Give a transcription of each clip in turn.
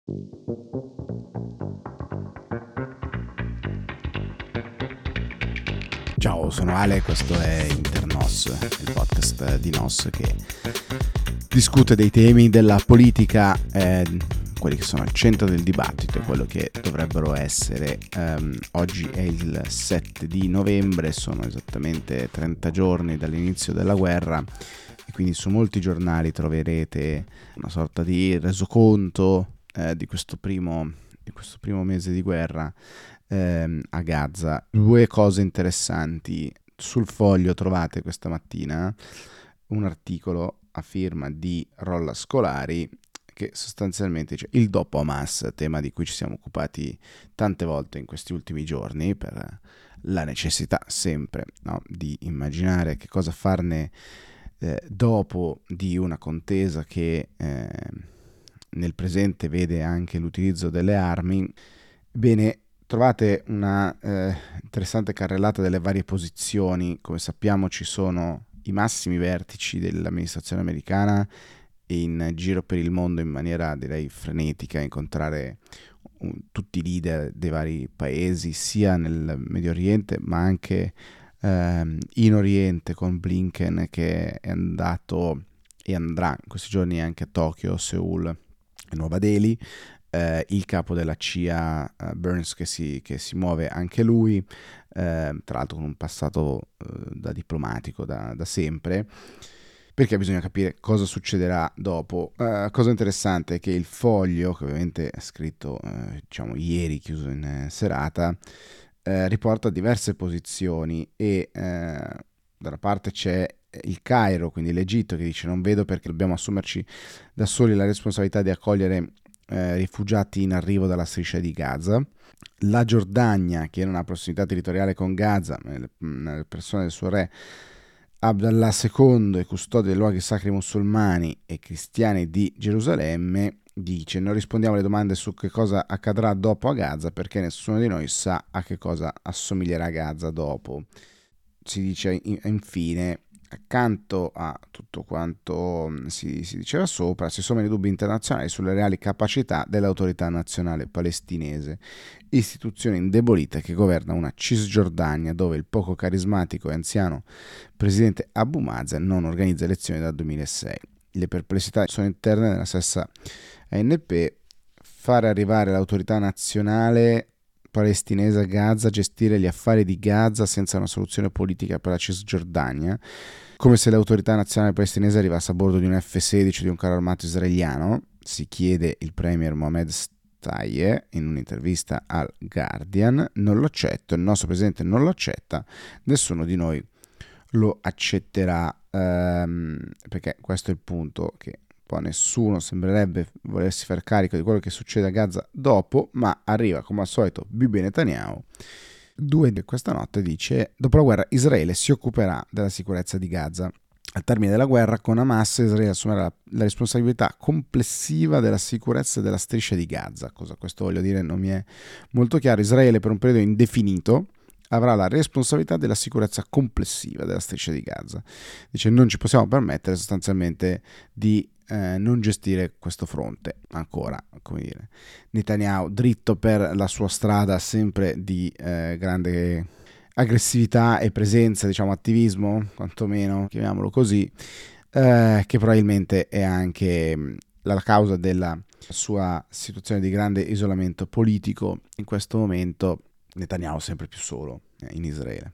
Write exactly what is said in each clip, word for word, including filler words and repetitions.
Ciao, sono Ale, questo è Internos, il podcast di N O S che discute dei temi della politica, eh, quelli che sono al centro del dibattito e quello che dovrebbero essere. Um, oggi è il sette di novembre, sono esattamente trenta giorni dall'inizio della guerra e quindi su molti giornali troverete una sorta di resoconto eh, di questo primo, di questo primo mese di guerra ehm, a Gaza. Due cose interessanti. Sul Foglio trovate questa mattina un articolo a firma di Rolla Scolari che sostanzialmente dice il dopo Hamas, tema di cui ci siamo occupati tante volte in questi ultimi giorni per la necessità sempre, no, di immaginare che cosa farne eh, dopo di una contesa che eh, nel presente vede anche l'utilizzo delle armi. Bene, trovate una eh, interessante carrellata delle varie posizioni. Come sappiamo ci sono i massimi vertici dell'amministrazione americana in giro per il mondo in maniera direi frenetica a incontrare um, tutti i leader dei vari paesi, sia nel Medio Oriente ma anche ehm, in Oriente, con Blinken che è andato e andrà in questi giorni anche a Tokyo, Seoul e Nuova Delhi. Uh, il capo della C I A, uh, Burns, che si, che si muove anche lui, uh, tra l'altro con un passato uh, da diplomatico da, da sempre, perché bisogna capire cosa succederà dopo. Uh, cosa interessante è che il Foglio, che ovviamente è scritto uh, diciamo ieri, chiuso in uh, serata, uh, riporta diverse posizioni e uh, da una parte c'è il Cairo, quindi l'Egitto, che dice non vedo perché dobbiamo assumerci da soli la responsabilità di accogliere Eh, rifugiati in arrivo dalla striscia di Gaza. La Giordania, che non ha prossimità territoriale con Gaza, nelle persone del suo re Abdallah secondo e custode dei luoghi sacri musulmani e cristiani di Gerusalemme, dice non rispondiamo alle domande su che cosa accadrà dopo a Gaza perché nessuno di noi sa a che cosa assomiglierà Gaza dopo. Si dice infine, accanto a tutto quanto si, si diceva sopra, si sommano i dubbi internazionali sulle reali capacità dell'autorità nazionale palestinese, istituzione indebolita che governa una Cisgiordania dove il poco carismatico e anziano presidente Abu Mazen non organizza elezioni dal duemilasei. Le perplessità sono interne nella stessa A N P. Fare arrivare l'autorità nazionale palestinese a Gaza, gestire gli affari di Gaza senza una soluzione politica per la Cisgiordania, come se l'autorità nazionale palestinese arrivasse a bordo di un F sedici di un carro armato israeliano, si chiede il premier Mohamed Shtayyeh in un'intervista al Guardian. Non lo accetto, il nostro presidente non lo accetta, nessuno di noi lo accetterà, ehm, perché questo è il punto, che poi nessuno sembrerebbe volersi far carico di quello che succede a Gaza dopo, ma arriva come al solito Bibi Netanyahu, due di questa notte, dice dopo la guerra Israele si occuperà della sicurezza di Gaza. Al termine della guerra con Hamas Israele assumerà la, la responsabilità complessiva della sicurezza della striscia di Gaza. Cosa questo voglio dire non mi è molto chiaro. Israele per un periodo indefinito avrà la responsabilità della sicurezza complessiva della striscia di Gaza. Dice non ci possiamo permettere sostanzialmente di eh, non gestire questo fronte ancora, come dire. Netanyahu dritto per la sua strada sempre di eh, grande aggressività e presenza, diciamo attivismo, quantomeno, chiamiamolo così, eh, che probabilmente è anche la causa della sua situazione di grande isolamento politico in questo momento. Netanyahu sempre più solo in Israele.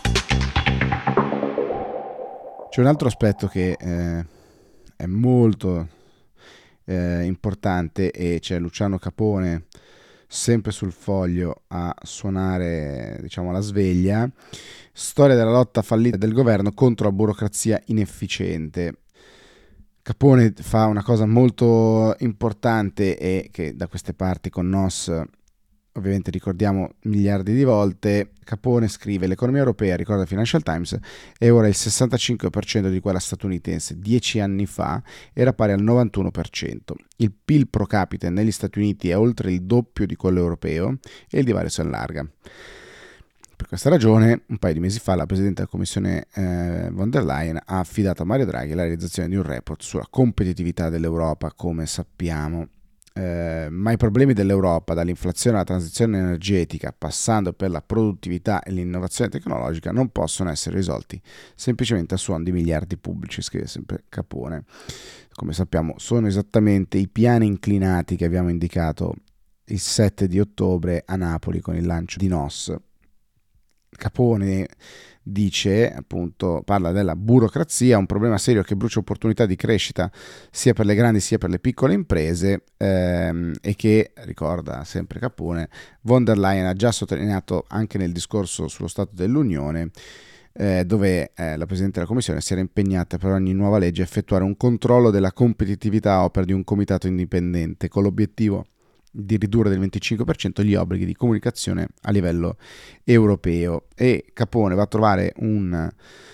C'è un altro aspetto che eh, è molto eh, importante e c'è Luciano Capone sempre sul Foglio a suonare, diciamo, la sveglia. Storia della lotta fallita del governo contro la burocrazia inefficiente. Capone fa una cosa molto importante e che da queste parti con N O S ovviamente ricordiamo miliardi di volte. Capone scrive: l'economia europea, ricorda Financial Times, è ora il sessantacinque per cento di quella statunitense. Dieci anni fa era pari al novantuno per cento. Il P I L pro capite negli Stati Uniti è oltre il doppio di quello europeo e il divario si allarga. Per questa ragione, un paio di mesi fa, la Presidente della Commissione eh, von der Leyen ha affidato a Mario Draghi la realizzazione di un report sulla competitività dell'Europa. Come sappiamo, eh, ma i problemi dell'Europa, dall'inflazione alla transizione energetica, passando per la produttività e l'innovazione tecnologica, non possono essere risolti semplicemente a suon di miliardi pubblici, scrive sempre Capone. Come sappiamo, sono esattamente i piani inclinati che abbiamo indicato il sette di ottobre a Napoli con il lancio di N O S. Capone dice, appunto, parla della burocrazia, un problema serio che brucia opportunità di crescita sia per le grandi sia per le piccole imprese, ehm, e che, ricorda sempre Capone, von der Leyen ha già sottolineato anche nel discorso sullo Stato dell'Unione, eh, dove eh, la Presidente della Commissione si era impegnata per ogni nuova legge a effettuare un controllo della competitività a opera di un comitato indipendente con l'obiettivo di ridurre del venticinque per cento gli obblighi di comunicazione a livello europeo. E Capone va a trovare un,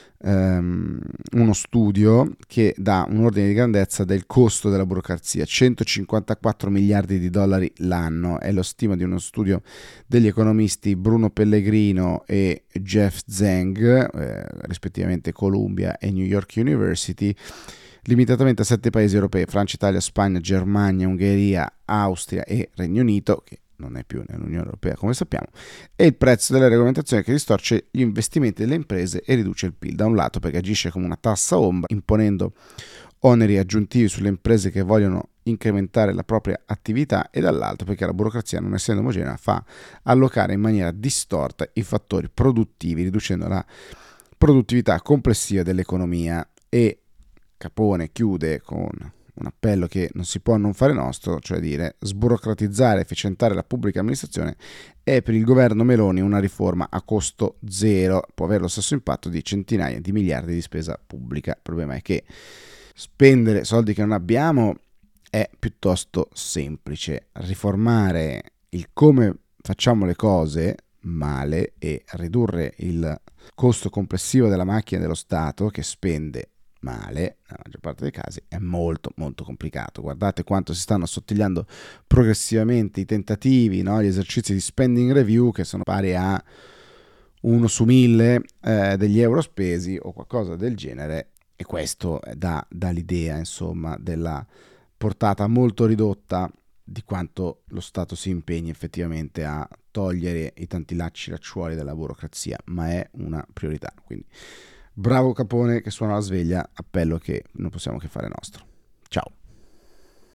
um, uno studio che dà un ordine di grandezza del costo della burocrazia: centocinquantaquattro miliardi di dollari l'anno, è lo stima di uno studio degli economisti Bruno Pellegrino e Jeff Zeng, eh, rispettivamente Columbia e New York University, limitatamente a sette paesi europei: Francia, Italia, Spagna, Germania, Ungheria, Austria e Regno Unito, che non è più nell'Unione Europea come sappiamo, e il prezzo della regolamentazione che distorce gli investimenti delle imprese e riduce il P I L, da un lato perché agisce come una tassa ombra, imponendo oneri aggiuntivi sulle imprese che vogliono incrementare la propria attività, e dall'altro perché la burocrazia, non essendo omogenea, fa allocare in maniera distorta i fattori produttivi, riducendo la produttività complessiva dell'economia. E Capone chiude con un appello che non si può non fare nostro, cioè dire: sburocratizzare e efficientare la pubblica amministrazione è per il governo Meloni una riforma a costo zero, può avere lo stesso impatto di centinaia di miliardi di spesa pubblica. Il problema è che spendere soldi che non abbiamo è piuttosto semplice, riformare il come facciamo le cose male e ridurre il costo complessivo della macchina dello Stato, che spende male nella maggior parte dei casi, è molto molto complicato. Guardate quanto si stanno assottigliando progressivamente i tentativi, no? Gli esercizi di spending review, che sono pari a uno su mille eh, degli euro spesi o qualcosa del genere, e questo dà, dà l'idea, insomma, della portata molto ridotta di quanto lo Stato si impegni effettivamente a togliere i tanti lacci lacciuoli della burocrazia, ma è una priorità. Quindi bravo Capone che suona la sveglia, appello che non possiamo che fare nostro. Ciao.